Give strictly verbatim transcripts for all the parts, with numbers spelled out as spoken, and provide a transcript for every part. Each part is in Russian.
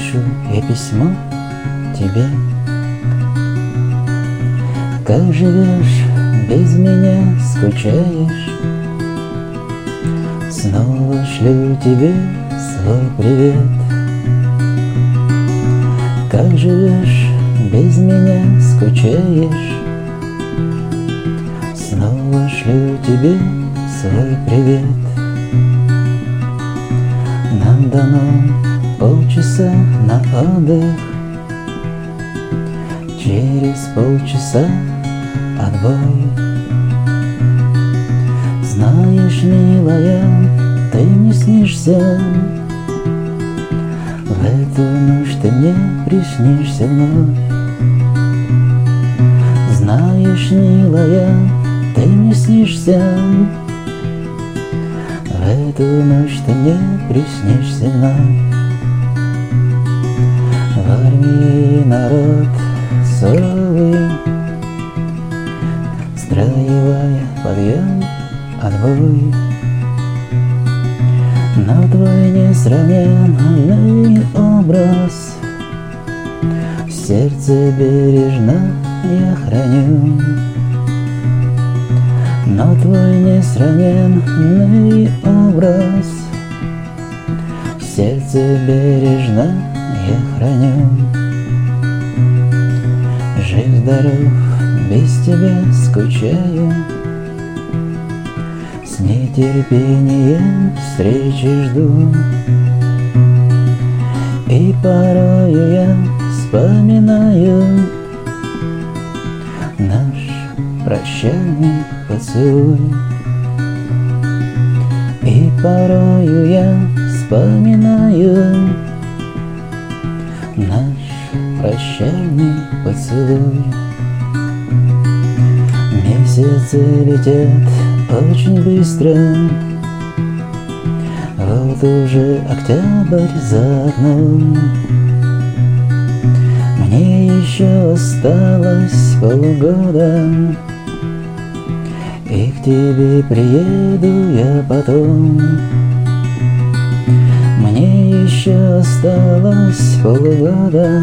Пишу я письмо тебе. Как живешь, без меня скучаешь? Снова шлю тебе свой привет. Как живешь, без меня скучаешь? Снова шлю тебе свой привет. Нам дано полчаса на отдых. Через полчаса отбой. Знаешь, милая, ты мне снишься. В эту ночь ты мне приснишься вновь. Знаешь, милая, ты мне снишься. В эту ночь ты мне приснишься вновь. В армии народ суровый, строевая подъем, отбой. Но твой несравненный образ в сердце бережно я храню. Но твой несравненный образ в сердце бережно я храню. Жив-здоров, без тебя скучаю. С нетерпением встречи жду. И порою я вспоминаю наш прощальный поцелуй. И порою я вспоминаю наш прощальный поцелуй. Месяцы летят очень быстро. Вот уже октябрь за окном. Мне еще осталось полгода, и к тебе приеду я потом. Мне еще осталось полгода,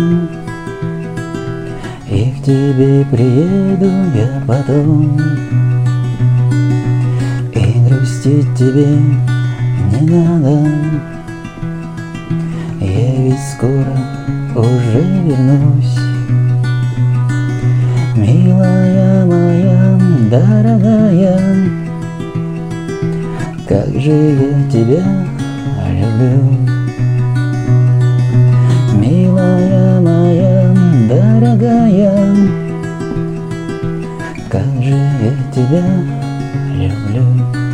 и к тебе приеду я потом. И грустить тебе не надо, я ведь скоро уже вернусь. Милая моя, дорогая, как же я тебя люблю. Милая моя, дорогая, как же я тебя люблю.